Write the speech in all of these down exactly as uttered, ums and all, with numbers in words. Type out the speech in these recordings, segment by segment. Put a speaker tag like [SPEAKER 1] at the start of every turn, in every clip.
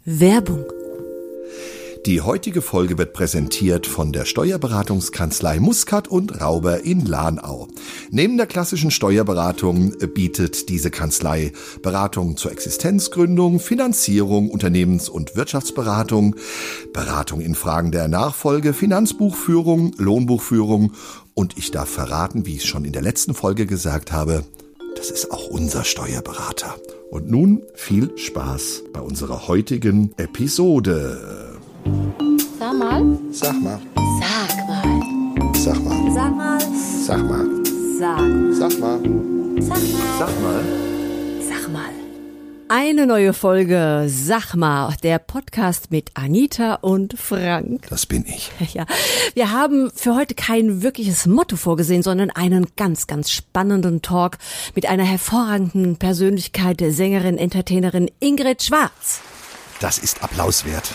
[SPEAKER 1] Werbung.
[SPEAKER 2] Die heutige Folge wird präsentiert von der Steuerberatungskanzlei Muscat und Rauber in Lahnau. Neben der klassischen Steuerberatung bietet diese Kanzlei Beratung zur Existenzgründung, Finanzierung, Unternehmens- und Wirtschaftsberatung, Beratung in Fragen der Nachfolge, Finanzbuchführung, Lohnbuchführung und ich darf verraten, wie ich es schon in der letzten Folge gesagt habe, das ist auch unser Steuerberater. Und nun viel Spaß bei unserer heutigen Episode.
[SPEAKER 1] Sag mal.
[SPEAKER 2] Sag mal.
[SPEAKER 1] Sag mal.
[SPEAKER 2] Sag mal.
[SPEAKER 1] Sag mal.
[SPEAKER 2] Sag mal.
[SPEAKER 1] Sag.
[SPEAKER 2] Sag mal.
[SPEAKER 1] Sag mal.
[SPEAKER 2] Sag mal.
[SPEAKER 1] Sag mal. Eine neue Folge Sag mal, der Podcast mit Anita und Frank.
[SPEAKER 2] Das bin ich.
[SPEAKER 1] Ja, wir haben für heute kein wirkliches Motto vorgesehen, sondern einen ganz, ganz spannenden Talk mit einer hervorragenden Persönlichkeit, der Sängerin, Entertainerin Ingrid Schwarz.
[SPEAKER 2] Das ist Applaus wert.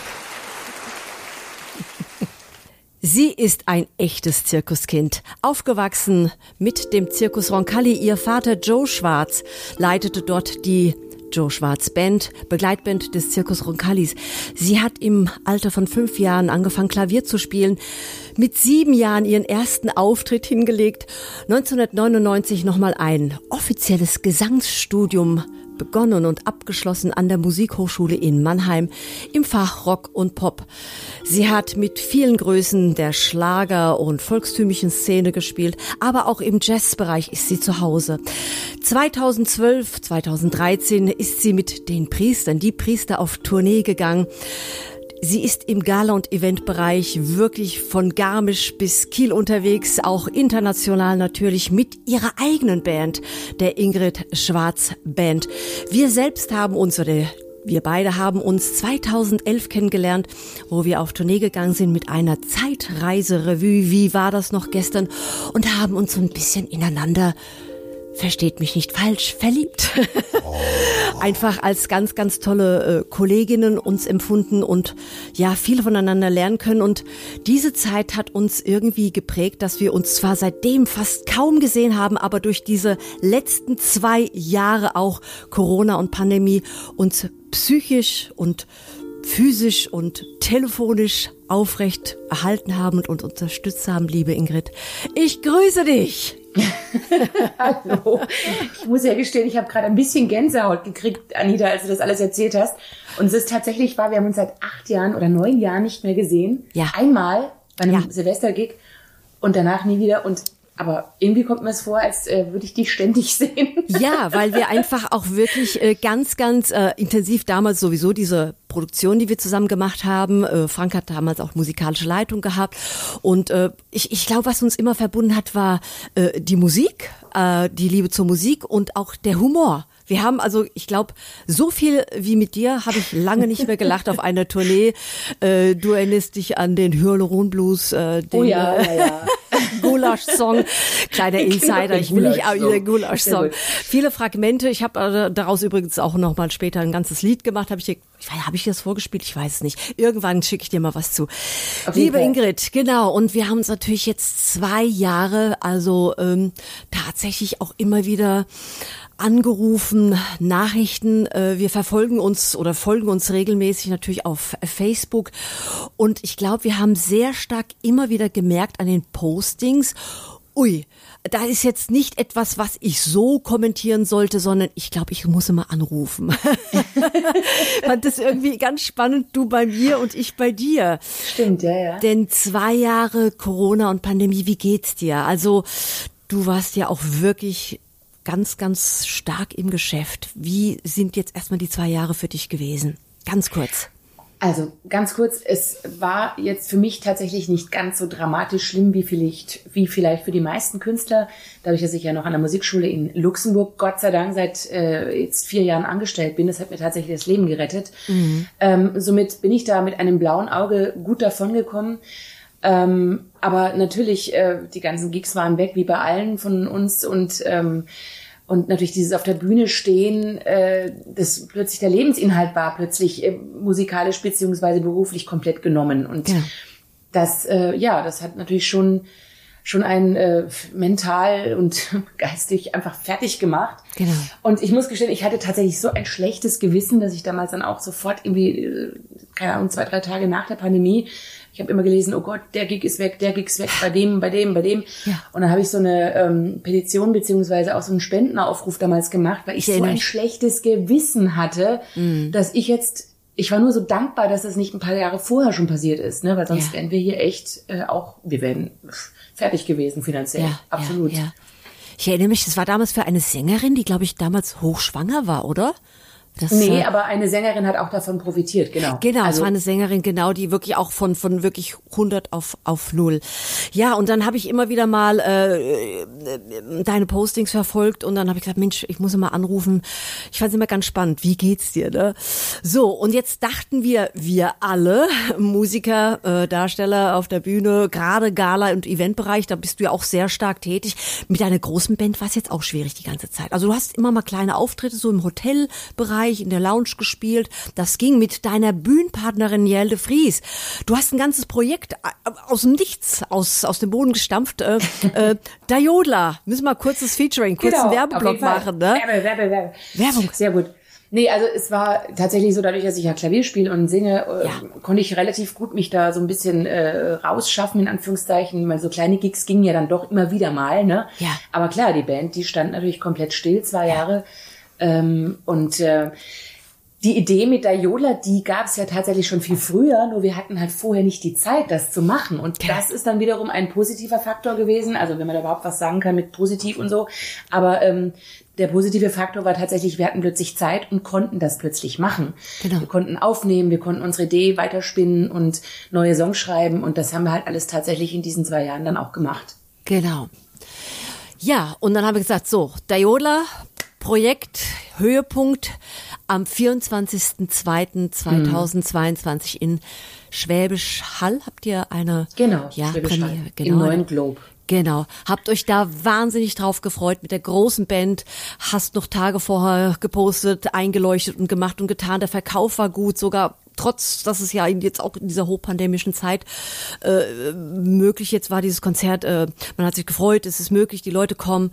[SPEAKER 1] Sie ist ein echtes Zirkuskind. Aufgewachsen mit dem Zirkus Roncalli. Ihr Vater Joe Schwarz leitete dort die Joe Schwarz Band, Begleitband des Zirkus Roncallis. Sie hat im Alter von fünf Jahren angefangen, Klavier zu spielen. Mit sieben Jahren ihren ersten Auftritt hingelegt. neunzehnhundertneunundneunzig nochmal ein offizielles Gesangsstudium begonnen und abgeschlossen an der Musikhochschule in Mannheim im Fach Rock und Pop. Sie hat mit vielen Größen der Schlager- und volkstümlichen Szene gespielt, aber auch im Jazzbereich ist sie zu Hause. zweitausendzwölf, zweitausenddreizehn ist sie mit den Priestern, die Priester auf Tournee gegangen. Sie ist im Gala- und Eventbereich wirklich von Garmisch bis Kiel unterwegs, auch international natürlich mit ihrer eigenen Band, der Ingrid Schwarz Band. Wir selbst haben uns, oder wir beide haben uns zweitausendelf kennengelernt, wo wir auf Tournee gegangen sind mit einer Zeitreiserevue, wie war das noch gestern, und haben uns so ein bisschen ineinander, versteht mich nicht falsch, verliebt. Oh. Einfach als ganz, ganz tolle äh, Kolleginnen uns empfunden und ja, viel voneinander lernen können. Und diese Zeit hat uns irgendwie geprägt, dass wir uns zwar seitdem fast kaum gesehen haben, aber durch diese letzten zwei Jahre auch Corona und Pandemie uns psychisch und physisch und telefonisch aufrecht erhalten haben und uns unterstützt haben, liebe Ingrid. Ich grüße dich.
[SPEAKER 3] Hallo. Ich muss ja gestehen, ich habe gerade ein bisschen Gänsehaut gekriegt, Anita, als du das alles erzählt hast. Und es ist tatsächlich wahr, wir haben uns seit acht Jahren oder neun Jahren nicht mehr gesehen.
[SPEAKER 1] Ja.
[SPEAKER 3] Einmal bei einem
[SPEAKER 1] ja.
[SPEAKER 3] Silvestergig und danach nie wieder. Und aber irgendwie kommt mir es vor, als äh, würde ich dich ständig sehen.
[SPEAKER 1] Ja, weil wir einfach auch wirklich äh, ganz, ganz äh, intensiv damals sowieso diese Produktion, die wir zusammen gemacht haben. Äh, Frank hat damals auch musikalische Leitung gehabt. Und äh, ich, ich glaube, was uns immer verbunden hat, war äh, die Musik, äh, die Liebe zur Musik und auch der Humor. Wir haben also, ich glaube, so viel wie mit dir habe ich lange nicht mehr gelacht auf einer Tournee. Äh, du erinnerst dich an den Hyaluron-Blues, äh, den
[SPEAKER 3] oh ja, ja, ja.
[SPEAKER 1] Gulasch-Song, kleiner Insider, ich will nicht, aber der Gulasch-Song. Viele Fragmente, ich habe äh, daraus übrigens auch noch mal später ein ganzes Lied gemacht, habe ich dir, habe ich dir das vorgespielt? Ich weiß es nicht. Irgendwann schicke ich dir mal was zu. Liebe Ingrid, genau, und wir haben uns natürlich jetzt zwei Jahre, also ähm, tatsächlich auch immer wieder angerufen, Nachrichten. Wir verfolgen uns oder folgen uns regelmäßig natürlich auf Facebook. Und ich glaube, wir haben sehr stark immer wieder gemerkt an den Postings, ui, da ist jetzt nicht etwas, was ich so kommentieren sollte, sondern ich glaube, ich muss immer anrufen. Fand das irgendwie ganz spannend, du bei mir und ich bei dir.
[SPEAKER 3] Stimmt, ja, ja.
[SPEAKER 1] Denn zwei Jahre Corona und Pandemie, wie geht's dir? Also du warst ja auch wirklich ganz, ganz stark im Geschäft. Wie sind jetzt erstmal die zwei Jahre für dich gewesen? Ganz kurz.
[SPEAKER 3] Also ganz kurz, es war jetzt für mich tatsächlich nicht ganz so dramatisch schlimm wie vielleicht, wie vielleicht für die meisten Künstler. Dadurch, dass ich ja noch an der Musikschule in Luxemburg, Gott sei Dank, seit äh, jetzt vier Jahren angestellt bin. Das hat mir tatsächlich das Leben gerettet. Mhm. Ähm, somit bin ich da mit einem blauen Auge gut davon gekommen. Ähm, aber natürlich, äh, die ganzen Gigs waren weg, wie bei allen von uns. Und ähm, und natürlich dieses auf der Bühne stehen, äh, das plötzlich der Lebensinhalt war, plötzlich äh, musikalisch beziehungsweise beruflich komplett genommen. Und ja. das, äh, ja, das hat natürlich schon schon einen äh, mental und geistig einfach fertig gemacht.
[SPEAKER 1] Genau.
[SPEAKER 3] Und ich muss gestehen, ich hatte tatsächlich so ein schlechtes Gewissen, dass ich damals dann auch sofort irgendwie, äh, keine Ahnung, zwei, drei Tage nach der Pandemie, ich habe immer gelesen, oh Gott, der Gig ist weg, der Gig ist weg, bei dem, bei dem, bei dem.
[SPEAKER 1] Ja.
[SPEAKER 3] Und dann habe ich so eine ähm, Petition beziehungsweise auch so einen Spendenaufruf damals gemacht, weil ich, ich so ein schlechtes Gewissen hatte, mhm. dass ich jetzt, ich war nur so dankbar, dass das nicht ein paar Jahre vorher schon passiert ist, ne? Weil sonst ja. wären wir hier echt äh, auch, wir wären fertig gewesen finanziell,
[SPEAKER 1] ja,
[SPEAKER 3] absolut.
[SPEAKER 1] Ja, ja. Ich erinnere mich, das war damals für eine Sängerin, die, glaube ich, damals hochschwanger war, oder? Das,
[SPEAKER 3] nee,
[SPEAKER 1] äh,
[SPEAKER 3] aber eine Sängerin hat auch davon profitiert, genau.
[SPEAKER 1] Genau,
[SPEAKER 3] also,
[SPEAKER 1] es war eine Sängerin, genau, die wirklich auch von von wirklich hundert auf auf null. Ja, und dann habe ich immer wieder mal äh, deine Postings verfolgt und dann habe ich gesagt, Mensch, ich muss mal anrufen. Ich fand es immer ganz spannend. Wie geht's dir, ne? So, und jetzt dachten wir, wir alle Musiker, äh, Darsteller auf der Bühne, gerade Gala- und Eventbereich, da bist du ja auch sehr stark tätig. Mit deiner großen Band war es jetzt auch schwierig die ganze Zeit. Also du hast immer mal kleine Auftritte so im Hotelbereich, in der Lounge gespielt. Das ging mit deiner Bühnenpartnerin Jelle de Vries. Du hast ein ganzes Projekt aus dem Nichts, aus, aus dem Boden gestampft. Äh, äh, Dayodla. Müssen wir kurzes Featuring, kurzen
[SPEAKER 3] genau,
[SPEAKER 1] Werbeblock machen. Ne?
[SPEAKER 3] Werbe, Werbe, Werbe.
[SPEAKER 1] Werbung.
[SPEAKER 3] Sehr gut. Nee, also es war tatsächlich so, dadurch, dass ich ja Klavier spiele und singe, äh,
[SPEAKER 1] ja.
[SPEAKER 3] konnte ich relativ gut mich da so ein bisschen äh, rausschaffen, in Anführungszeichen, weil so kleine Gigs gingen ja dann doch immer wieder mal. Ne?
[SPEAKER 1] Ja.
[SPEAKER 3] Aber klar, die Band, die stand natürlich komplett still, zwei ja. Jahre. Ähm, und äh, die Idee mit der Dayodla, die gab es ja tatsächlich schon viel früher, nur wir hatten halt vorher nicht die Zeit, das zu machen. Und
[SPEAKER 1] ja.
[SPEAKER 3] das ist dann wiederum ein positiver Faktor gewesen, also wenn man da überhaupt was sagen kann mit positiv und so. Aber ähm, der positive Faktor war tatsächlich, wir hatten plötzlich Zeit und konnten das plötzlich machen.
[SPEAKER 1] Genau.
[SPEAKER 3] Wir konnten aufnehmen, wir konnten unsere Idee weiterspinnen und neue Songs schreiben. Und das haben wir halt alles tatsächlich in diesen zwei Jahren dann auch gemacht.
[SPEAKER 1] Genau. Ja, und dann haben wir gesagt, so, Dayodla, Projekt, Höhepunkt am vierundzwanzigsten zweiten zweitausendzweiundzwanzig mhm. in Schwäbisch Hall. Habt ihr eine
[SPEAKER 3] genau,
[SPEAKER 1] ja,
[SPEAKER 3] Schwäbisch
[SPEAKER 1] Premiere,
[SPEAKER 3] Hall,
[SPEAKER 1] genau,
[SPEAKER 3] im neuen Globe.
[SPEAKER 1] Genau. Habt euch da wahnsinnig drauf gefreut mit der großen Band. Hast noch Tage vorher gepostet, eingeleuchtet und gemacht und getan. Der Verkauf war gut, sogar trotz, dass es ja jetzt auch in dieser hochpandemischen Zeit äh, möglich jetzt war, dieses Konzert. Äh, man hat sich gefreut, es ist möglich, die Leute kommen.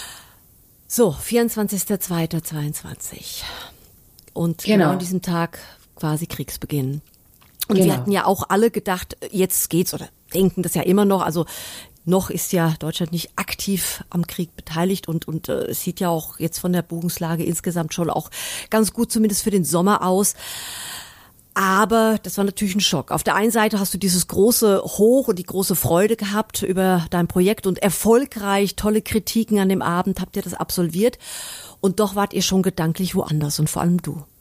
[SPEAKER 1] So, vierundzwanzigster zweiter zweiundzwanzig. Und genau. genau an diesem Tag quasi Kriegsbeginn. Und genau. wir hatten ja auch alle gedacht, jetzt geht's oder denken das ja immer noch, also noch ist ja Deutschland nicht aktiv am Krieg beteiligt und und äh, es sieht ja auch jetzt von der Buchungslage insgesamt schon auch ganz gut, zumindest für den Sommer aus. Aber das war natürlich ein Schock. Auf der einen Seite hast du dieses große Hoch und die große Freude gehabt über dein Projekt und erfolgreich, tolle Kritiken an dem Abend habt ihr das absolviert. Und doch wart ihr schon gedanklich woanders und vor allem du.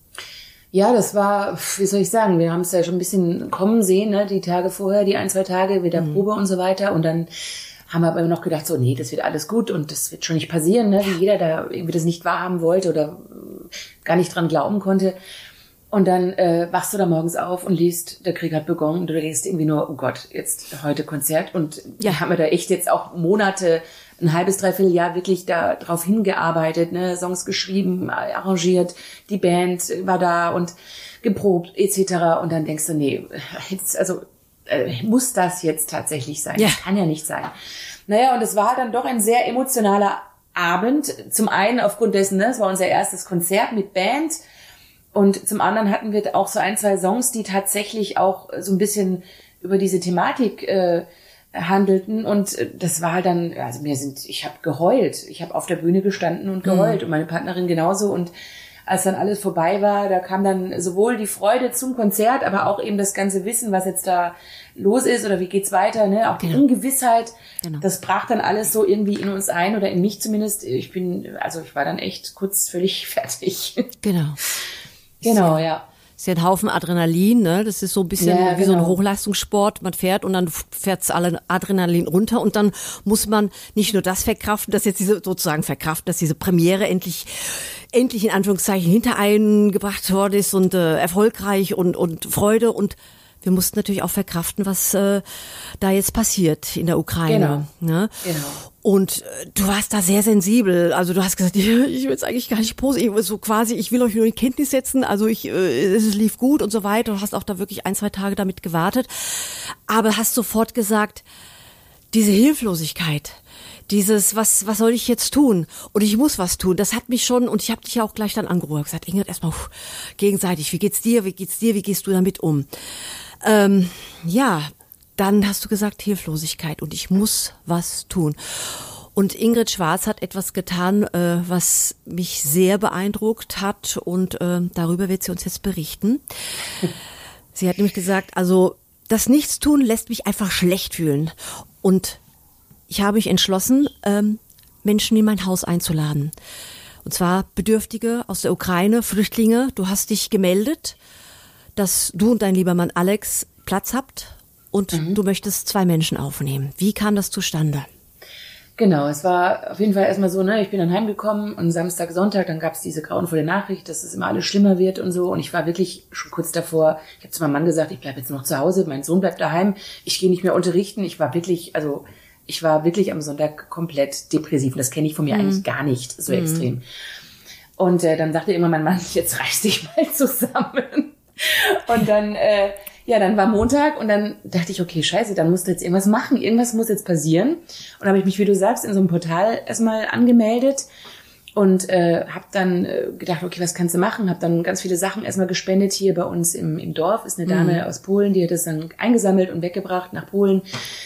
[SPEAKER 3] Ja, das war, wie soll ich sagen, wir haben es ja schon ein bisschen kommen sehen, ne, die Tage vorher, die ein, zwei Tage, wieder mhm. Probe und so weiter. Und dann haben wir aber noch gedacht, so, nee, das wird alles gut und das wird schon nicht passieren, ne, wie jeder da irgendwie das nicht wahrhaben wollte oder gar nicht dran glauben konnte. Und dann äh, wachst du da morgens auf und liest, der Krieg hat begonnen und du denkst irgendwie nur, oh Gott, jetzt heute Konzert. Und ja, haben wir da echt jetzt auch Monate, ein halbes, dreiviertel Jahr wirklich da drauf hingearbeitet, ne, Songs geschrieben, arrangiert, die Band war da und geprobt et cetera. Und dann denkst du, nee, jetzt, also äh, muss das jetzt tatsächlich sein?
[SPEAKER 1] Ja.
[SPEAKER 3] Das kann ja nicht sein. Naja, und es war dann doch ein sehr emotionaler Abend. Zum einen aufgrund dessen, ne, es war unser erstes Konzert mit Band. Und zum anderen hatten wir auch so ein, zwei Songs, die tatsächlich auch so ein bisschen über diese Thematik äh, handelten. Und das war halt dann, also mir sind, ich habe geheult. Ich habe auf der Bühne gestanden und geheult mhm. und meine Partnerin genauso. Und als dann alles vorbei war, da kam dann sowohl die Freude zum Konzert, aber auch eben das ganze Wissen, was jetzt da los ist oder wie geht's weiter, ne? Auch die genau. Ungewissheit. Genau. Das brach dann alles so irgendwie in uns ein oder in mich zumindest. Ich bin, also ich war dann echt kurz völlig fertig.
[SPEAKER 1] Genau.
[SPEAKER 3] Genau, ja.
[SPEAKER 1] Ist ja ein Haufen Adrenalin, ne? Das ist so ein bisschen
[SPEAKER 3] ja,
[SPEAKER 1] wie
[SPEAKER 3] genau.
[SPEAKER 1] so ein Hochleistungssport. Man fährt und dann fährt's alle Adrenalin runter und dann muss man nicht nur das verkraften, dass jetzt diese sozusagen verkraften, dass diese Premiere endlich endlich in Anführungszeichen hinter einen gebracht worden ist und äh, erfolgreich und und Freude und wir mussten natürlich auch verkraften, was äh, da jetzt passiert in der Ukraine.
[SPEAKER 3] Genau.
[SPEAKER 1] Ne?
[SPEAKER 3] Genau.
[SPEAKER 1] Und äh, du warst da sehr sensibel. Also du hast gesagt, ich will jetzt eigentlich gar nicht posten. So quasi, ich will euch nur in Kenntnis setzen. Also ich, äh, es lief gut und so weiter. Du hast auch da wirklich ein, zwei Tage damit gewartet. Aber hast sofort gesagt, diese Hilflosigkeit, dieses, was was soll ich jetzt tun? Und ich muss was tun. Das hat mich schon, und ich habe dich ja auch gleich dann angerufen und gesagt, Ingrid, erstmal pff, gegenseitig, wie geht's dir, wie geht's dir, wie gehst du damit um? Ähm, ja, dann hast du gesagt, Hilflosigkeit und ich muss was tun. Und Ingrid Schwarz hat etwas getan, äh, was mich sehr beeindruckt hat und äh, darüber wird sie uns jetzt berichten. Sie hat nämlich gesagt, also das Nichtstun lässt mich einfach schlecht fühlen und ich habe mich entschlossen, ähm, Menschen in mein Haus einzuladen. Und zwar Bedürftige aus der Ukraine, Flüchtlinge. Du hast dich gemeldet, dass du und dein lieber Mann Alex Platz habt und mhm. du möchtest zwei Menschen aufnehmen. Wie kam das zustande?
[SPEAKER 3] Genau, es war auf jeden Fall erstmal so, ne, ich bin dann heimgekommen und Samstag, Sonntag, dann gab es diese grauenvolle Nachricht, dass es immer alles schlimmer wird und so. Und ich war wirklich schon kurz davor, ich habe zu meinem Mann gesagt, ich bleibe jetzt noch zu Hause, mein Sohn bleibt daheim, ich gehe nicht mehr unterrichten. Ich war wirklich, also ich war wirklich am Sonntag komplett depressiv. Und das kenne ich von mir mhm. eigentlich gar nicht so mhm. extrem. Und äh, dann sagte immer mein Mann, jetzt reiß dich mal zusammen. Und dann, äh, ja, dann war Montag und dann dachte ich, okay, scheiße, dann musst du jetzt irgendwas machen. Irgendwas muss jetzt passieren. Und habe ich mich, wie du sagst, in so einem Portal erstmal angemeldet und äh, habe dann äh, gedacht, okay, was kannst du machen? Habe dann ganz viele Sachen erstmal gespendet. Hier bei uns im, im Dorf ist eine Dame mhm. aus Polen, die hat das dann eingesammelt und weggebracht nach Polen.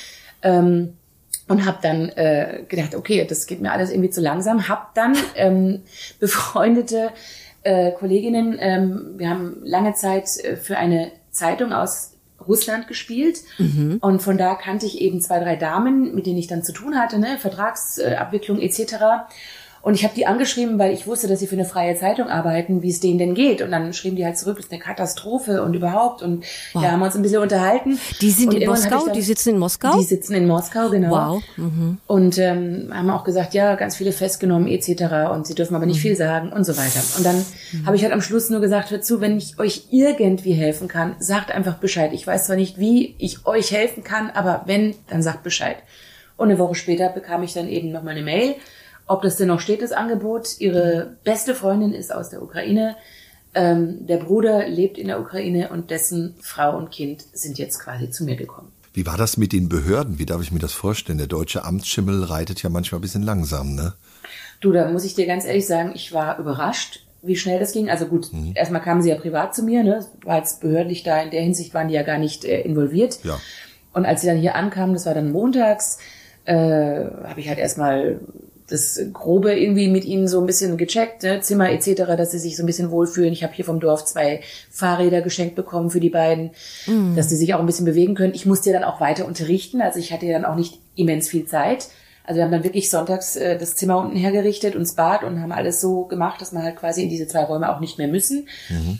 [SPEAKER 3] Ähm, Und habe dann äh, gedacht, okay, das geht mir alles irgendwie zu langsam. Hab dann ähm, befreundete äh, Kolleginnen, ähm, wir haben lange Zeit äh, für eine Zeitung aus Russland gespielt. Mhm. Und von da kannte ich eben zwei, drei Damen, mit denen ich dann zu tun hatte, ne, Vertragsabwicklung et cetera. Und ich habe die angeschrieben, weil ich wusste, dass sie für eine freie Zeitung arbeiten, wie es denen denn geht. Und dann schrieben die halt zurück, das ist eine Katastrophe und überhaupt. Und wow. ja, haben uns ein bisschen unterhalten.
[SPEAKER 1] Die sind
[SPEAKER 3] und
[SPEAKER 1] in Moskau? Dann, die sitzen in Moskau?
[SPEAKER 3] Die sitzen in Moskau, genau.
[SPEAKER 1] Wow. Mhm.
[SPEAKER 3] Und ähm, haben auch gesagt, ja, ganz viele festgenommen et cetera. Und sie dürfen aber nicht mhm. viel sagen und so weiter. Und dann mhm. habe ich halt am Schluss nur gesagt, hört zu, wenn ich euch irgendwie helfen kann, sagt einfach Bescheid. Ich weiß zwar nicht, wie ich euch helfen kann, aber wenn, dann sagt Bescheid. Und eine Woche später bekam ich dann eben nochmal eine Mail, ob das denn noch steht, das Angebot. Ihre beste Freundin ist aus der Ukraine. Ähm, der Bruder lebt in der Ukraine und dessen Frau und Kind sind jetzt quasi zu mir gekommen.
[SPEAKER 2] Wie war das mit den Behörden? Wie darf ich mir das vorstellen? Der deutsche Amtsschimmel reitet ja manchmal ein bisschen langsam, ne?
[SPEAKER 3] Du, da muss ich dir ganz ehrlich sagen, ich war überrascht, wie schnell das ging. Also gut, mhm. erstmal kamen sie ja privat zu mir, ne? War jetzt behördlich da, in der Hinsicht waren die ja gar nicht äh, involviert. Ja. Und als sie dann hier ankamen, das war dann montags, äh, habe ich halt erstmal das Grobe irgendwie mit ihnen so ein bisschen gecheckt, ne? Zimmer et cetera, dass sie sich so ein bisschen wohlfühlen. Ich habe hier vom Dorf zwei Fahrräder geschenkt bekommen für die beiden, mm. dass die sich auch ein bisschen bewegen können. Ich musste ja dann auch weiter unterrichten, also ich hatte ja dann auch nicht immens viel Zeit. Also wir haben dann wirklich sonntags äh, das Zimmer unten hergerichtet und das Bad und haben alles so gemacht, dass man halt quasi in diese zwei Räume auch nicht mehr müssen. Mhm.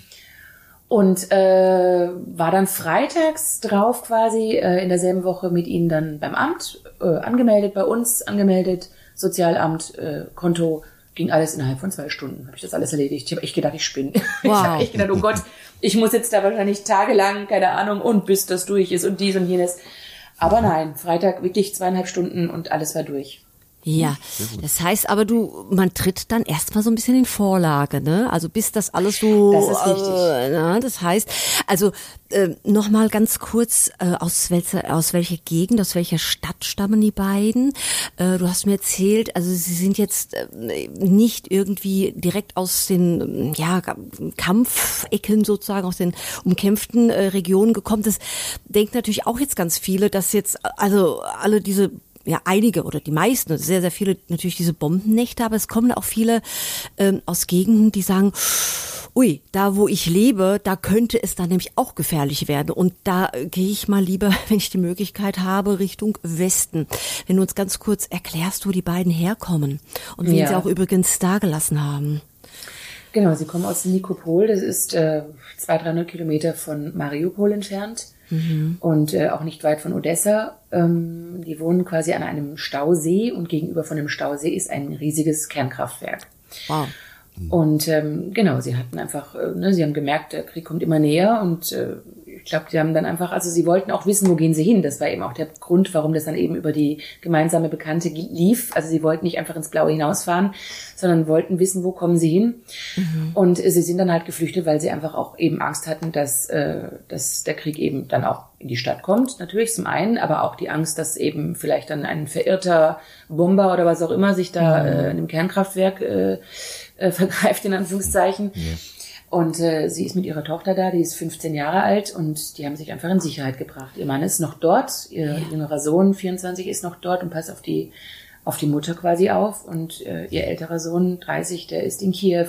[SPEAKER 3] Und äh, war dann freitags drauf quasi äh, in derselben Woche mit ihnen dann beim Amt äh, angemeldet, bei uns angemeldet, Sozialamt, äh, Konto, ging alles innerhalb von zwei Stunden. Habe ich das alles erledigt. Ich habe echt gedacht, ich spinne. Wow. Ich habe echt gedacht, oh Gott, ich muss jetzt da wahrscheinlich tagelang, keine Ahnung, und bis das durch ist und dies und jenes. Aber nein, Freitag wirklich zweieinhalb Stunden und alles war durch.
[SPEAKER 1] Ja, das heißt aber, du, man tritt dann erstmal so ein bisschen in Vorlage, ne? Also bis das alles so.
[SPEAKER 3] Das ist richtig.
[SPEAKER 1] Äh, na, das heißt, also äh, nochmal ganz kurz, äh, aus welcher, aus welcher Gegend, aus welcher Stadt stammen die beiden? Äh, du hast mir erzählt, also sie sind jetzt äh, nicht irgendwie direkt aus den ja Kampfecken sozusagen, aus den umkämpften äh, Regionen gekommen. Das denkt natürlich auch jetzt ganz viele, dass jetzt also alle diese ja, einige oder die meisten, sehr, sehr viele natürlich diese Bombennächte, aber es kommen auch viele ähm, aus Gegenden, die sagen, ui, da wo ich lebe, da könnte es dann nämlich auch gefährlich werden und da äh, gehe ich mal lieber, wenn ich die Möglichkeit habe, Richtung Westen. Wenn du uns ganz kurz erklärst, wo die beiden herkommen und wen ja. sie auch übrigens da gelassen haben.
[SPEAKER 3] Genau, sie kommen aus Nikopol, das ist äh, zweihundert, dreihundert Kilometer von Mariupol entfernt. Mhm. Und äh, auch nicht weit von Odessa. Ähm, die wohnen quasi an einem Stausee und gegenüber von dem Stausee ist ein riesiges Kernkraftwerk. Wow. Mhm. Und ähm, genau, sie hatten einfach, äh, ne, sie haben gemerkt, der Krieg kommt immer näher und äh, glaube, die haben dann einfach, also sie wollten auch wissen, wo gehen sie hin. Das war eben auch der Grund, warum das dann eben über die gemeinsame Bekannte lief. Also sie wollten nicht einfach ins Blaue hinausfahren, sondern wollten wissen, wo kommen sie hin. Mhm. Und sie sind dann halt geflüchtet, weil sie einfach auch eben Angst hatten, dass, äh, dass der Krieg eben dann auch in die Stadt kommt, natürlich zum einen, aber auch die Angst, dass eben vielleicht dann ein verirrter Bomber oder was auch immer sich da mhm. äh, in einem Kernkraftwerk äh, äh, vergreift, in Anführungszeichen. Ja. Und äh, sie ist mit ihrer Tochter da, die ist fünfzehn Jahre alt und die haben sich einfach in Sicherheit gebracht. Ihr Mann ist noch dort, ihr ja. jüngerer Sohn, vierundzwanzig, ist noch dort und passt auf die auf die Mutter quasi auf. Und äh, ihr älterer Sohn, dreißig, der ist in Kiew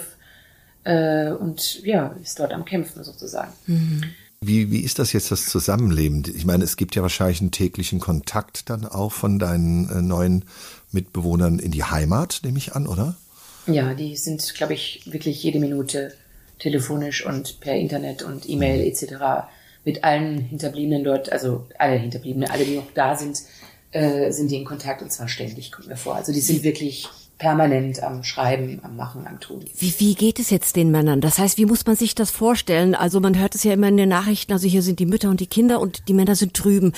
[SPEAKER 3] äh, und ja, ist dort am Kämpfen sozusagen.
[SPEAKER 1] Mhm.
[SPEAKER 2] Wie, wie ist das jetzt, das Zusammenleben? Ich meine, es gibt ja wahrscheinlich einen täglichen Kontakt dann auch von deinen äh, neuen Mitbewohnern in die Heimat, nehme ich an, oder?
[SPEAKER 3] Ja, die sind, glaube ich, wirklich jede Minute telefonisch und per Internet und E-Mail et cetera mit allen Hinterbliebenen dort, also alle Hinterbliebenen, alle, die noch da sind, äh, sind die in Kontakt und zwar ständig, kommt mir vor. Also die sind wirklich permanent am Schreiben, am Machen, am Tun.
[SPEAKER 1] Wie, wie geht es jetzt den Männern? Das heißt, wie muss man sich das vorstellen? Also man hört es ja immer in den Nachrichten, also hier sind die Mütter und die Kinder und die Männer sind drüben.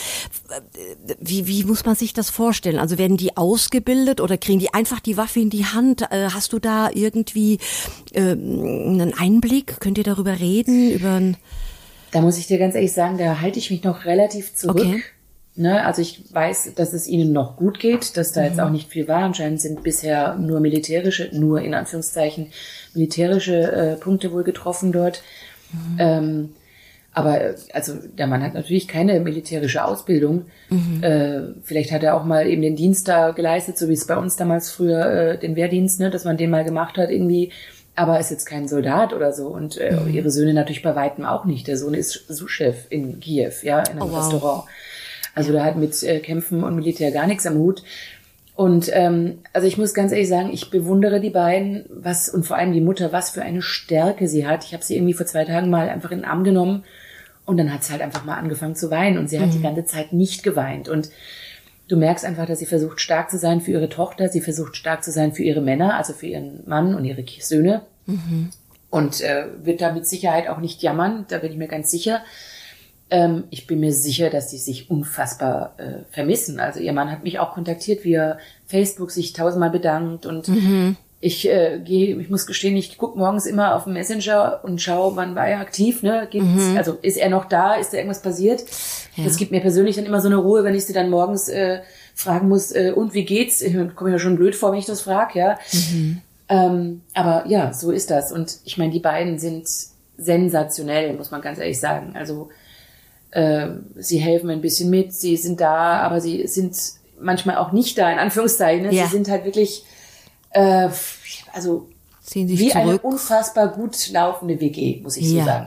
[SPEAKER 1] Wie, wie muss man sich das vorstellen? Also werden die ausgebildet oder kriegen die einfach die Waffe in die Hand? Äh, hast du da irgendwie äh, einen Einblick? Könnt ihr darüber reden? Über ein
[SPEAKER 3] Da muss ich dir ganz ehrlich sagen, da halte ich mich noch relativ zurück.
[SPEAKER 1] Okay.
[SPEAKER 3] Ne, also ich weiß, dass es ihnen noch gut geht, dass da mhm. jetzt auch nicht viel war. Anscheinend sind bisher nur militärische, nur in Anführungszeichen militärische äh, Punkte wohl getroffen dort. Mhm. Ähm, aber also der Mann hat natürlich keine militärische Ausbildung. Mhm. Äh, vielleicht hat er auch mal eben den Dienst da geleistet, so wie es bei uns damals früher äh, den Wehrdienst, ne, dass man den mal gemacht hat irgendwie. Aber ist jetzt kein Soldat oder so. Und äh, mhm. ihre Söhne natürlich bei weitem auch nicht. Der Sohn ist Sous-Chef in Kiew, ja, in einem oh, wow. Restaurant. Also da hat mit äh, Kämpfen und Militär gar nichts am Hut. Und ähm, also ich muss ganz ehrlich sagen, ich bewundere die beiden, was und vor allem die Mutter, was für eine Stärke sie hat. Ich habe sie irgendwie vor zwei Tagen mal einfach in den Arm genommen und dann hat sie halt einfach mal angefangen zu weinen. Und sie hat mhm. die ganze Zeit nicht geweint. Und du merkst einfach, dass sie versucht, stark zu sein für ihre Tochter. Sie versucht, stark zu sein für ihre Männer, also für ihren Mann und ihre Söhne.
[SPEAKER 1] Mhm.
[SPEAKER 3] Und äh, wird da mit Sicherheit auch nicht jammern, da bin ich mir ganz sicher. Ähm, ich bin mir sicher, dass die sich unfassbar äh, vermissen. Also ihr Mann hat mich auch kontaktiert via Facebook, sich tausendmal bedankt und mhm. ich äh, gehe, ich muss gestehen, ich gucke morgens immer auf den Messenger und schaue, wann war er aktiv, ne? Gibt's, mhm. Also ist er noch da? Ist da irgendwas passiert? Ja. Das gibt mir persönlich dann immer so eine Ruhe, wenn ich sie dann morgens äh, fragen muss, äh, und wie geht's? Ich komme ja schon blöd vor, wenn ich das frage, ja.
[SPEAKER 1] Mhm.
[SPEAKER 3] Ähm, aber ja, so ist das. Und ich meine, die beiden sind sensationell, muss man ganz ehrlich sagen. Also Äh, sie helfen ein bisschen mit, sie sind da, aber sie sind manchmal auch nicht da, in Anführungszeichen. Ne?
[SPEAKER 1] Ja.
[SPEAKER 3] Sie sind halt wirklich, äh, also
[SPEAKER 1] Ziehen sich
[SPEAKER 3] wie
[SPEAKER 1] zurück.
[SPEAKER 3] eine unfassbar gut laufende W G, muss ich
[SPEAKER 1] ja.
[SPEAKER 3] so sagen.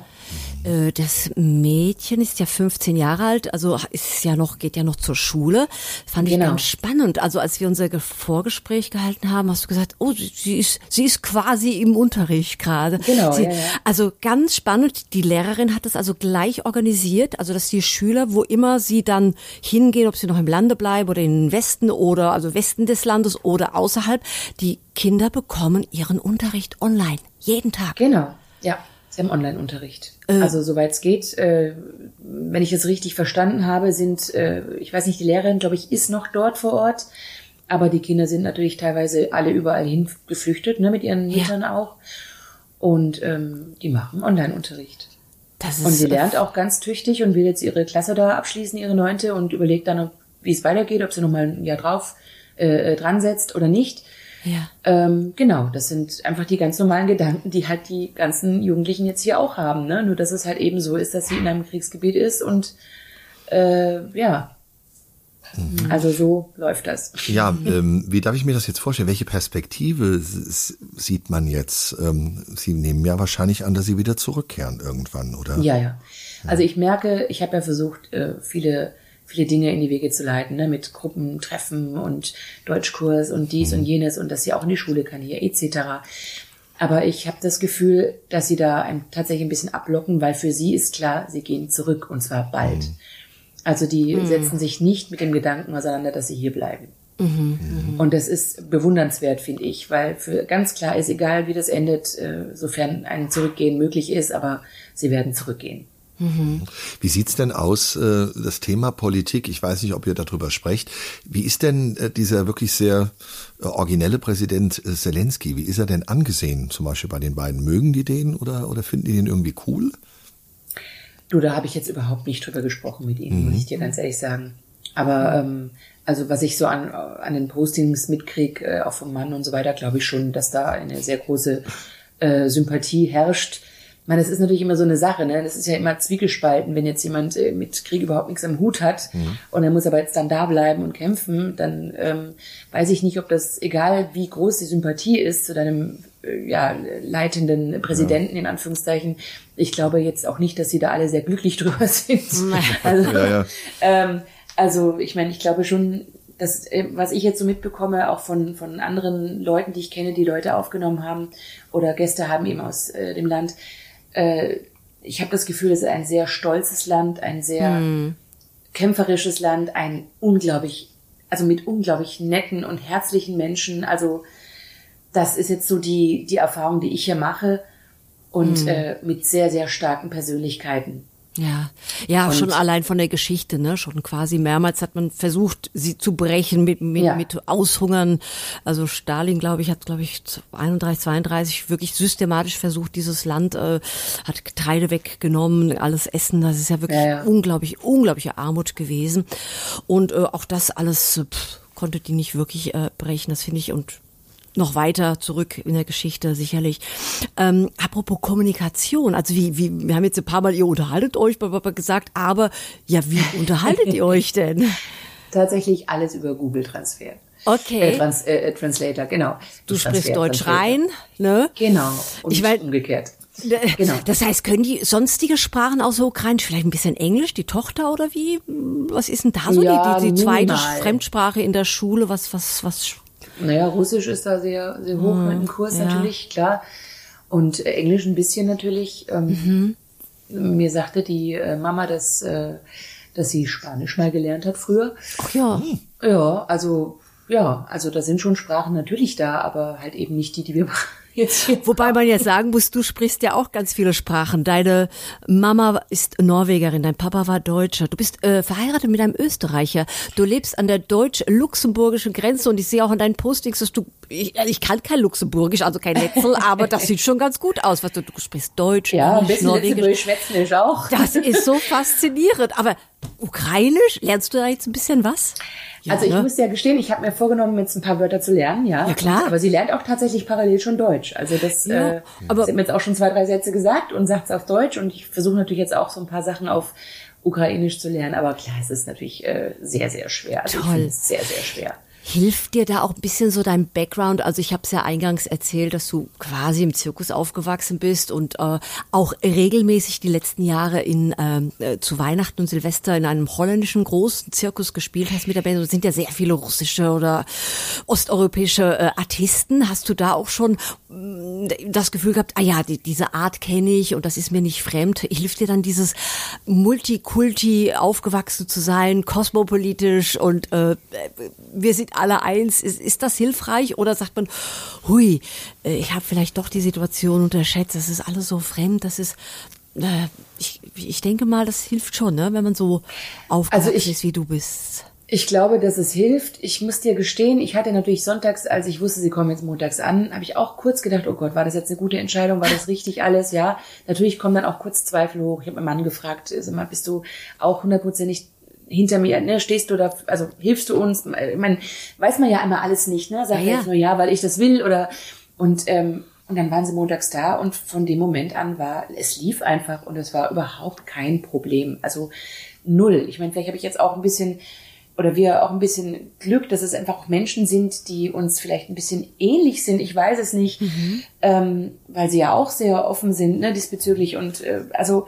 [SPEAKER 1] Das Mädchen ist ja fünfzehn Jahre alt, also ist ja noch, geht ja noch zur Schule. Fand ich
[SPEAKER 3] genau.
[SPEAKER 1] ganz spannend. Also als wir unser Vorgespräch gehalten haben, hast du gesagt, oh, sie ist, sie ist quasi im Unterricht gerade.
[SPEAKER 3] Genau,
[SPEAKER 1] sie,
[SPEAKER 3] ja, ja.
[SPEAKER 1] Also ganz spannend. Die Lehrerin hat es also gleich organisiert, also dass die Schüler, wo immer sie dann hingehen, ob sie noch im Lande bleiben oder in den Westen oder, also Westen des Landes oder außerhalb, die Kinder bekommen ihren Unterricht online. Jeden Tag.
[SPEAKER 3] Genau, ja. Sie haben Online-Unterricht. Äh. Also soweit es geht. Äh, wenn ich es richtig verstanden habe, sind, äh, ich weiß nicht, die Lehrerin, glaube ich, ist noch dort vor Ort. Aber die Kinder sind natürlich teilweise alle überall hin geflüchtet, ne, mit ihren Müttern ja. auch. Und ähm, die machen Online-Unterricht.
[SPEAKER 1] Das ist
[SPEAKER 3] und sie lernt auch ganz tüchtig und will jetzt ihre Klasse da abschließen, ihre neunte, und überlegt dann, wie es weitergeht, ob sie noch mal ein Jahr drauf äh, dran setzt oder nicht.
[SPEAKER 1] Ja.
[SPEAKER 3] Ähm, genau, das sind einfach die ganz normalen Gedanken, die halt die ganzen Jugendlichen jetzt hier auch haben, ne? Nur dass es halt eben so ist, dass sie in einem Kriegsgebiet ist und äh, ja, mhm. also so läuft das.
[SPEAKER 2] Ja, ähm, wie darf ich mir das jetzt vorstellen? Welche Perspektive s- sieht man jetzt? Ähm, Sie nehmen ja wahrscheinlich an, dass Sie wieder zurückkehren irgendwann, oder?
[SPEAKER 3] Ja, ja. Also ich merke, ich habe ja versucht, äh, viele viele Dinge in die Wege zu leiten, ne, mit Gruppentreffen und Deutschkurs und dies mhm. und jenes und dass sie auch in die Schule kann hier et cetera. Aber ich habe das Gefühl, dass sie da ein, tatsächlich ein bisschen ablocken, weil für sie ist klar, sie gehen zurück und zwar bald. Mhm. Also die mhm. setzen sich nicht mit dem Gedanken auseinander, dass sie hier bleiben.
[SPEAKER 1] Mhm.
[SPEAKER 3] Mhm. Und das ist bewundernswert, finde ich, weil für ganz klar ist, egal wie das endet, äh, sofern ein Zurückgehen möglich ist, aber sie werden zurückgehen.
[SPEAKER 2] Mhm. Wie sieht's denn aus, äh, das Thema Politik? Ich weiß nicht, ob ihr darüber sprecht. Wie ist denn äh, dieser wirklich sehr äh, originelle Präsident äh, Zelensky? Wie ist er denn angesehen, zum Beispiel bei den beiden? Mögen die den oder, oder finden die den irgendwie cool?
[SPEAKER 3] Du, da habe ich jetzt überhaupt nicht drüber gesprochen mit ihm, mhm. muss ich dir ganz ehrlich sagen. Aber ähm, also was ich so an, an den Postings mitkriege, äh, auch vom Mann und so weiter, glaube ich schon, dass da eine sehr große äh, Sympathie herrscht. Ich meine, das ist natürlich immer so eine Sache, ne? Das ist ja immer zwiegespalten, wenn jetzt jemand äh, mit Krieg überhaupt nichts am Hut hat mhm. und er muss aber jetzt dann da bleiben und kämpfen, dann ähm, weiß ich nicht, ob das, egal wie groß die Sympathie ist zu deinem äh, ja, leitenden Präsidenten, ja. in Anführungszeichen, ich glaube jetzt auch nicht, dass sie da alle sehr glücklich drüber sind. Also, ja, ja. Ähm, also ich meine, ich glaube schon, dass, was ich jetzt so mitbekomme, auch von von anderen Leuten, die ich kenne, die Leute aufgenommen haben oder Gäste haben eben aus äh, dem Land, äh, ich habe das Gefühl, es ist ein sehr stolzes Land, ein sehr mm. kämpferisches Land, ein unglaublich, also mit unglaublich netten und herzlichen Menschen. Also das ist jetzt so die die Erfahrung, die ich hier mache und mm. äh, mit sehr, sehr starken Persönlichkeiten.
[SPEAKER 1] Ja, ja, und schon allein von der Geschichte, ne, schon quasi mehrmals hat man versucht, sie zu brechen mit mit, ja. mit Aushungern. Also Stalin, glaube ich, hat, glaube ich, einunddreißig, zweiunddreißig wirklich systematisch versucht, dieses Land, äh, hat Getreide weggenommen, alles Essen. Das ist ja wirklich ja, ja. unglaublich, unglaubliche Armut gewesen. Und äh, auch das alles pff, konnte die nicht wirklich äh, brechen. Das finde ich und noch weiter zurück in der Geschichte sicherlich. Ähm, apropos Kommunikation, also wie, wie, wir haben jetzt ein paar Mal, ihr unterhaltet euch, gesagt, aber ja, wie unterhaltet ihr euch denn?
[SPEAKER 3] Tatsächlich alles über Google Transfer.
[SPEAKER 1] Okay.
[SPEAKER 3] Äh, Trans, äh, Translator, genau.
[SPEAKER 1] Du Transfer, sprichst Deutsch Translator. Rein, ne?
[SPEAKER 3] Genau. Und
[SPEAKER 1] ich mein,
[SPEAKER 3] umgekehrt.
[SPEAKER 1] Genau. Das heißt, können die sonstige Sprachen außer Ukrainisch, vielleicht ein bisschen Englisch, die Tochter oder wie? Was ist denn da so
[SPEAKER 3] ja,
[SPEAKER 1] die, die, die zweite
[SPEAKER 3] minimal.
[SPEAKER 1] Fremdsprache in der Schule? Was, was, was?
[SPEAKER 3] Naja, Russisch ist da sehr, sehr hoch mhm, mit dem Kurs ja. natürlich, klar. Und äh, Englisch ein bisschen natürlich. Ähm, mhm. Mir sagte die äh, Mama, dass, äh, dass sie Spanisch mal gelernt hat früher.
[SPEAKER 1] Ach ja.
[SPEAKER 3] Ja, also, ja, also da sind schon Sprachen natürlich da, aber halt eben nicht die, die wir jetzt hier
[SPEAKER 1] Wobei haben. Man jetzt sagen muss, du sprichst ja auch ganz viele Sprachen. Deine Mama ist Norwegerin, dein Papa war Deutscher. Du bist äh, verheiratet mit einem Österreicher. Du lebst an der deutsch-luxemburgischen Grenze und ich sehe auch an deinen Postings, dass du, ich, ich kann kein Luxemburgisch, also kein Letzel, aber das sieht schon ganz gut aus. Was du, du sprichst Deutsch,
[SPEAKER 3] ja, ein bisschen Luxemburgisch, Schwätznisch auch.
[SPEAKER 1] Das ist so faszinierend. Aber Ukrainisch, lernst du da jetzt ein bisschen was? Ja,
[SPEAKER 3] also ich
[SPEAKER 1] ne?
[SPEAKER 3] muss ja gestehen, ich habe mir vorgenommen, jetzt ein paar Wörter zu lernen, ja.
[SPEAKER 1] Ja, klar.
[SPEAKER 3] Aber sie lernt auch tatsächlich parallel schon Deutsch. Also das, ja, äh, aber sie hat mir jetzt auch schon zwei, drei Sätze gesagt und sagt es auf Deutsch. Und ich versuche natürlich jetzt auch so ein paar Sachen auf Ukrainisch zu lernen. Aber klar, es ist natürlich äh, sehr, sehr schwer. Also
[SPEAKER 1] toll.
[SPEAKER 3] Ich finde es sehr, sehr schwer.
[SPEAKER 1] Hilft dir da auch ein bisschen so dein Background? Also ich habe es ja eingangs erzählt, dass du quasi im Zirkus aufgewachsen bist und äh, auch regelmäßig die letzten Jahre in äh, zu Weihnachten und Silvester in einem holländischen großen Zirkus gespielt hast mit der Band. Es sind ja sehr viele russische oder osteuropäische äh, Artisten. Hast du da auch schon mh, das Gefühl gehabt, ah ja, die, diese Art kenne ich und das ist mir nicht fremd? Hilft dir dann dieses Multikulti aufgewachsen zu sein, kosmopolitisch und äh, wir sind alle eins. Ist, ist das hilfreich oder sagt man, hui, ich habe vielleicht doch die Situation unterschätzt, das ist alles so fremd, das ist, äh, ich, ich denke mal, das hilft schon, ne, wenn man so aufgewachsen also ich, ist, wie du bist.
[SPEAKER 3] Ich glaube, dass es hilft. Ich muss dir gestehen, ich hatte natürlich sonntags, als ich wusste, sie kommen jetzt montags an, habe ich auch kurz gedacht, oh Gott, war das jetzt eine gute Entscheidung, war das richtig alles? Ja, natürlich kommen dann auch kurz Zweifel hoch. Ich habe meinen Mann gefragt, sag mal, bist du auch hundertprozentig hinter mir, ne, stehst du da, also hilfst du uns? Ich meine, weiß man ja einmal alles nicht, ne? Sag ja, ja. jetzt nur ja, weil ich das will oder und ähm, und dann waren sie montags da und von dem Moment an war, es lief einfach und es war überhaupt kein Problem. Also null. Ich meine, vielleicht habe ich jetzt auch ein bisschen oder wir auch ein bisschen Glück, dass es einfach auch Menschen sind, die uns vielleicht ein bisschen ähnlich sind. Ich weiß es nicht, mhm. ähm, weil sie ja auch sehr offen sind, ne, diesbezüglich und äh, also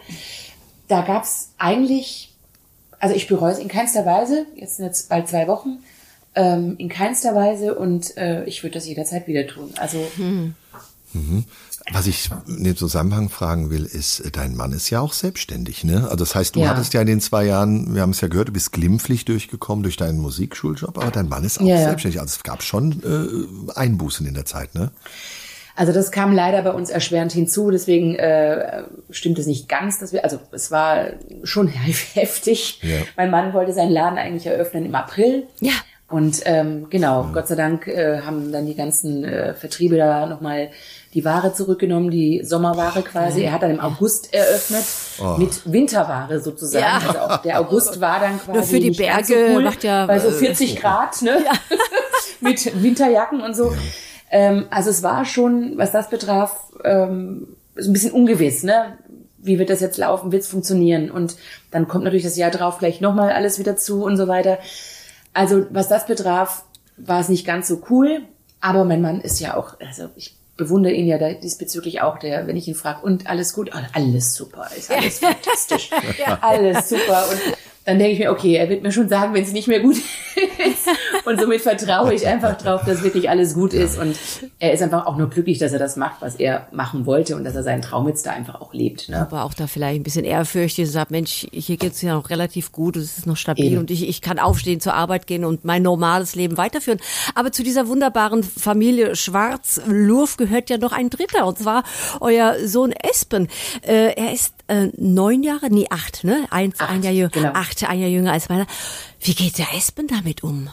[SPEAKER 3] da gab's eigentlich Also ich bereue es in keinster Weise, jetzt sind jetzt bald zwei Wochen, ähm, in keinster Weise und äh, ich würde das jederzeit wieder tun. Also
[SPEAKER 2] mhm. Mhm. Was ich in dem Zusammenhang fragen will, ist, dein Mann ist ja auch selbstständig, ne? Also das heißt, du ja. hattest ja in den zwei Jahren, wir haben es ja gehört, du bist glimpflich durchgekommen durch deinen Musikschuljob, aber dein Mann ist auch ja, selbstständig. Also es gab schon äh, Einbußen in der Zeit, ne?
[SPEAKER 3] Also das kam leider bei uns erschwerend hinzu, deswegen äh, stimmt es nicht ganz, dass wir, also es war schon heftig. Ja. Mein Mann wollte seinen Laden eigentlich eröffnen im April.
[SPEAKER 1] Ja.
[SPEAKER 3] Und ähm, genau, ja. Gott sei Dank äh, haben dann die ganzen äh, Vertriebe da nochmal die Ware zurückgenommen, die Sommerware quasi. Er hat dann im August eröffnet, oh. mit Winterware sozusagen. Ja. Also auch der August war dann quasi
[SPEAKER 1] nur für die
[SPEAKER 3] nicht
[SPEAKER 1] Berge
[SPEAKER 3] ganz so cool,
[SPEAKER 1] macht ja
[SPEAKER 3] bei so vierzig Grad, ne? Ja. Mit Winterjacken und so. Ja. Ähm, also es war schon, was das betraf, ähm, so ein bisschen ungewiss, ne? Wie wird das jetzt laufen? Wird es funktionieren? Und dann kommt natürlich das Jahr drauf gleich nochmal alles wieder zu und so weiter. Also was das betraf, war es nicht ganz so cool. Aber mein Mann ist ja auch, also ich bewundere ihn ja da diesbezüglich auch, der, wenn ich ihn frage, und alles gut? Alles super, ist alles fantastisch, ja. Alles super. Und dann denke ich mir, okay, er wird mir schon sagen, wenn es nicht mehr gut ist. Und somit vertraue ich einfach drauf, dass wirklich alles gut ist. Und er ist einfach auch nur glücklich, dass er das macht, was er machen wollte und dass er seinen Traum jetzt da einfach auch lebt. Ne?
[SPEAKER 1] Aber auch da vielleicht ein bisschen ehrfürchtig und sagt, Mensch, hier geht's ja noch relativ gut, es ist noch stabil Eben. und ich, ich kann aufstehen, zur Arbeit gehen und mein normales Leben weiterführen. Aber zu dieser wunderbaren Familie Schwarz-Lurf gehört ja noch ein Dritter, und zwar euer Sohn Espen. Äh, er ist äh, neun Jahre, nee, acht, ne? Eins, acht, ein Jahr jünger, genau. acht, ein Jahr jünger als meiner. Wie geht der Espen damit um?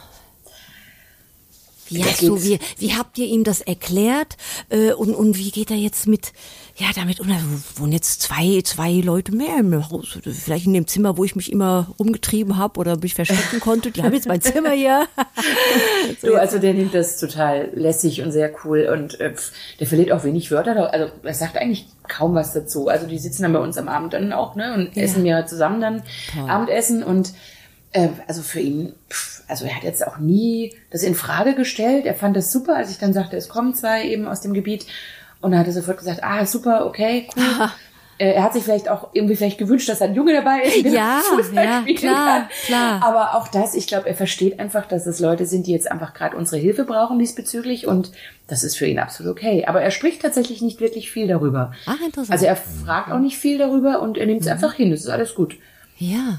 [SPEAKER 1] Wie, hast du, wie, wie habt ihr ihm das erklärt? Äh, und, und wie geht er jetzt mit, ja, damit um? Da wohnen jetzt zwei, zwei Leute mehr im Haus. Vielleicht in dem Zimmer, wo ich mich immer rumgetrieben habe oder mich verstecken konnte. Die haben jetzt mein Zimmer hier.
[SPEAKER 3] So, du, also der nimmt das total lässig und sehr cool. Und äh, der verliert auch wenig Wörter. Also er sagt eigentlich kaum was dazu. Also die sitzen dann bei uns am Abend dann auch, ne? Und ja. essen ja zusammen dann Toll. Abendessen. Und äh, also für ihn, pff, also er hat jetzt auch nie das in Frage gestellt. Er fand das super, als ich dann sagte, es kommen zwei eben aus dem Gebiet. Und dann hat er sofort gesagt, ah, super, okay, cool. Aha. Er hat sich vielleicht auch irgendwie vielleicht gewünscht, dass ein Junge dabei ist, der
[SPEAKER 1] ja,
[SPEAKER 3] Fußball
[SPEAKER 1] ja,
[SPEAKER 3] spielen
[SPEAKER 1] klar,
[SPEAKER 3] kann.
[SPEAKER 1] klar.
[SPEAKER 3] Aber auch das, ich glaube, er versteht einfach, dass es Leute sind, die jetzt einfach gerade unsere Hilfe brauchen diesbezüglich, und das ist für ihn absolut okay. Aber er spricht tatsächlich nicht wirklich viel darüber.
[SPEAKER 1] Ach, interessant.
[SPEAKER 3] Also er fragt auch nicht viel darüber und er nimmt es mhm. einfach hin. Das ist alles gut.
[SPEAKER 1] Ja.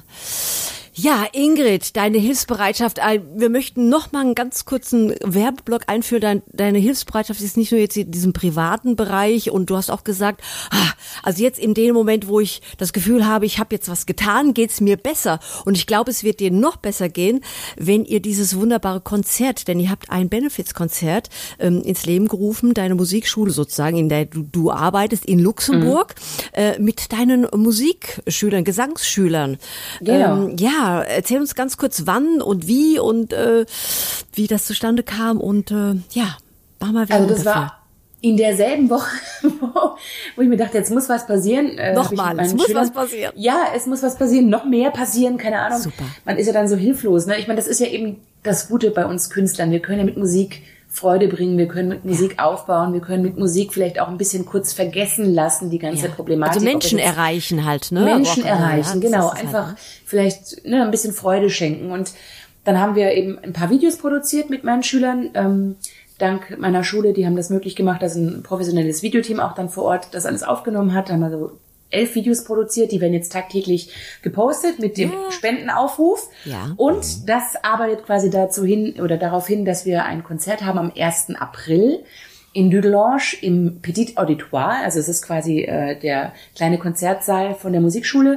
[SPEAKER 1] Ja, Ingrid, deine Hilfsbereitschaft, wir möchten noch mal einen ganz kurzen Werbeblock einführen. Deine Hilfsbereitschaft ist nicht nur jetzt in diesem privaten Bereich, und du hast auch gesagt, also jetzt in dem Moment, wo ich das Gefühl habe, ich habe jetzt was getan, geht's mir besser. Und ich glaube, es wird dir noch besser gehen, wenn ihr dieses wunderbare Konzert, denn ihr habt ein Benefits-Konzert ähm, ins Leben gerufen, deine Musikschule sozusagen, in der du, du arbeitest in Luxemburg, mhm. äh, mit deinen Musikschülern, Gesangsschülern.
[SPEAKER 3] Genau.
[SPEAKER 1] Ähm, ja, erzähl uns ganz kurz, wann und wie und äh, wie das zustande kam, und äh, ja, mach mal Werbung
[SPEAKER 3] Also das
[SPEAKER 1] dafür.
[SPEAKER 3] war in derselben Woche, wo, wo ich mir dachte, jetzt muss was passieren. Äh,
[SPEAKER 1] Nochmal, es muss
[SPEAKER 3] Schülern,
[SPEAKER 1] was passieren.
[SPEAKER 3] Ja, es muss was passieren, noch mehr passieren, keine Ahnung.
[SPEAKER 1] Super.
[SPEAKER 3] Man ist ja dann so hilflos. Ne? Ich meine, das ist ja eben das Gute bei uns Künstlern. Wir können ja mit Musik Freude bringen, wir können mit Musik ja. aufbauen, wir können mit Musik vielleicht auch ein bisschen kurz vergessen lassen, die ganze ja. Problematik.
[SPEAKER 1] Also Menschen erreichen halt, ne?
[SPEAKER 3] Menschen
[SPEAKER 1] Woche,
[SPEAKER 3] erreichen,
[SPEAKER 1] ja,
[SPEAKER 3] genau. Einfach halt, ne? vielleicht ne, ein bisschen Freude schenken. Und dann haben wir eben ein paar Videos produziert mit meinen Schülern, ähm, dank meiner Schule. Die haben das möglich gemacht, dass ein professionelles Videoteam auch dann vor Ort das alles aufgenommen hat. Da haben wir so elf Videos produziert, die werden jetzt tagtäglich gepostet mit dem ja. Spendenaufruf.
[SPEAKER 1] Ja.
[SPEAKER 3] Und das arbeitet quasi dazu hin oder darauf hin, dass wir ein Konzert haben am ersten April in Dudelange im Petit Auditoire. Also es ist quasi äh, der kleine Konzertsaal von der Musikschule.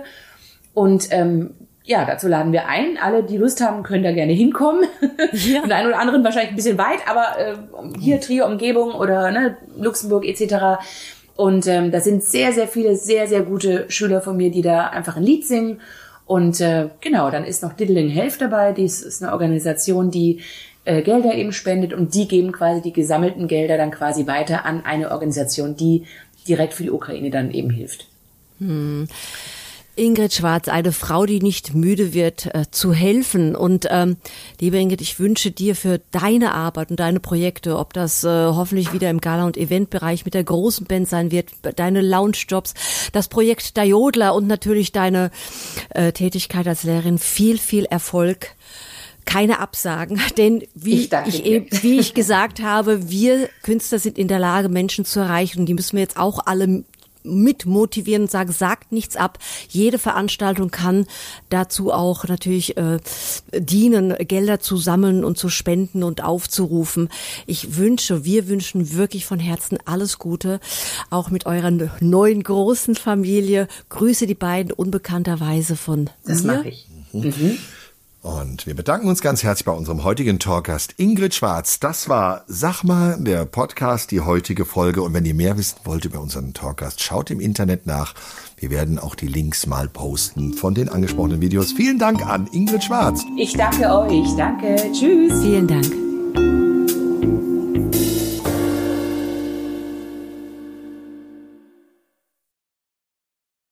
[SPEAKER 3] Und ähm, ja, dazu laden wir ein. Alle, die Lust haben, können da gerne hinkommen. Ja. Und der einen oder anderen wahrscheinlich ein bisschen weit, aber äh, hier Trier-Umgebung oder ne, Luxemburg et cetera. Und ähm, da sind sehr, sehr viele, sehr, sehr gute Schüler von mir, die da einfach ein Lied singen. Und äh, genau, dann ist noch Diddling Helf dabei. Dies ist eine Organisation, die äh, Gelder eben spendet. Und die geben quasi die gesammelten Gelder dann quasi weiter an eine Organisation, die direkt für die Ukraine dann eben hilft.
[SPEAKER 1] Hm. Ingrid Schwarz, eine Frau, die nicht müde wird, äh, zu helfen. Und ähm, liebe Ingrid, ich wünsche dir für deine Arbeit und deine Projekte, ob das äh, hoffentlich wieder im Gala- und Eventbereich mit der großen Band sein wird, deine Lounge-Jobs, das Projekt Der Jodler und natürlich deine äh, Tätigkeit als Lehrerin, viel, viel Erfolg. Keine Absagen, denn wie ich, ich eben, wie ich gesagt habe, wir Künstler sind in der Lage, Menschen zu erreichen, und die müssen wir jetzt auch alle mit motivieren und sagen, sagt nichts ab. Jede Veranstaltung kann dazu auch natürlich äh, dienen, Gelder zu sammeln und zu spenden und aufzurufen. Ich wünsche, wir wünschen wirklich von Herzen alles Gute, auch mit eurer neuen großen Familie. Grüße die beiden unbekannterweise von
[SPEAKER 3] das
[SPEAKER 1] mir.
[SPEAKER 3] Das mache ich. Mhm.
[SPEAKER 2] Und wir bedanken uns ganz herzlich bei unserem heutigen Talkgast Ingrid Schwarz. Das war Sag mal, der Podcast, die heutige Folge. Und wenn ihr mehr wissen wollt über unseren Talkgast, schaut im Internet nach. Wir werden auch die Links mal posten von den angesprochenen Videos. Vielen Dank an Ingrid Schwarz.
[SPEAKER 3] Ich danke euch. Danke. Tschüss.
[SPEAKER 1] Vielen Dank.